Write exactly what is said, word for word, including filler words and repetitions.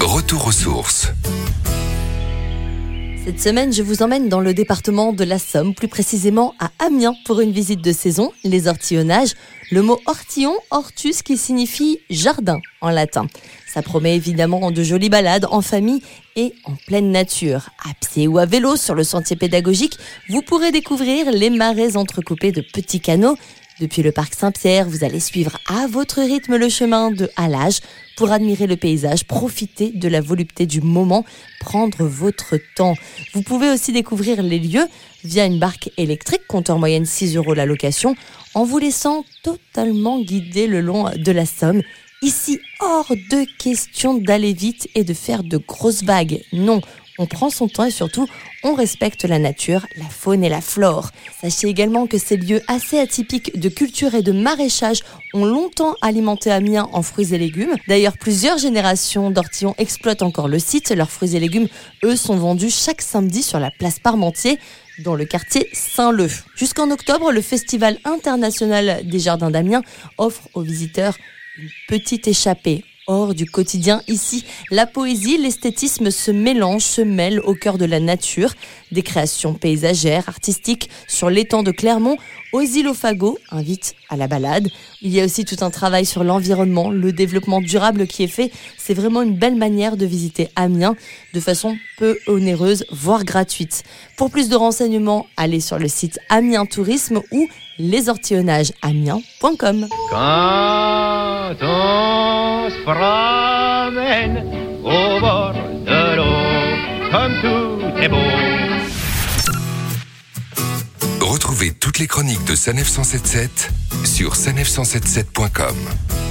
Retour aux sources. Cette semaine, je vous emmène dans le département de la Somme, plus précisément à Amiens, pour une visite de saison, les ortillonnages. Le mot ortillon, ortus, qui signifie jardin en latin. Ça promet évidemment de jolies balades en famille et en pleine nature. À pied ou à vélo, sur le sentier pédagogique, vous pourrez découvrir les marais entrecoupés de petits canaux. Depuis le parc Saint-Pierre, vous allez suivre à votre rythme le chemin de halage pour admirer le paysage, profiter de la volupté du moment, prendre votre temps. Vous pouvez aussi découvrir les lieux via une barque électrique, compte en moyenne six euros la location, en vous laissant totalement guider le long de la Somme. Ici, hors de question d'aller vite et de faire de grosses vagues. Non, on prend son temps et surtout, on respecte la nature, la faune et la flore. Sachez également que ces lieux assez atypiques de culture et de maraîchage ont longtemps alimenté Amiens en fruits et légumes. D'ailleurs, plusieurs générations d'ortillons exploitent encore le site. Leurs fruits et légumes, eux, sont vendus chaque samedi sur la place Parmentier, dans le quartier Saint-Leu. Jusqu'en octobre, le Festival international des jardins d'Amiens offre aux visiteurs une petite échappée hors du quotidien. Ici, la poésie, l'esthétisme se mélangent, se mêlent au cœur de la nature. Des créations paysagères, artistiques sur l'étang de Clermont aux îles au Fagot invitent à la balade. Il y a aussi tout un travail sur l'environnement, le développement durable qui est fait. C'est vraiment une belle manière de visiter Amiens de façon peu onéreuse, voire gratuite. Pour plus de renseignements, allez sur le site Amiens Tourisme ou les ortillonnages amiens point com. Quand on se promène au bord de l'eau, comme tout est beau. Retrouvez toutes les chroniques de Sanef cent soixante-dix-sept sur sanef cent soixante-dix-sept point com.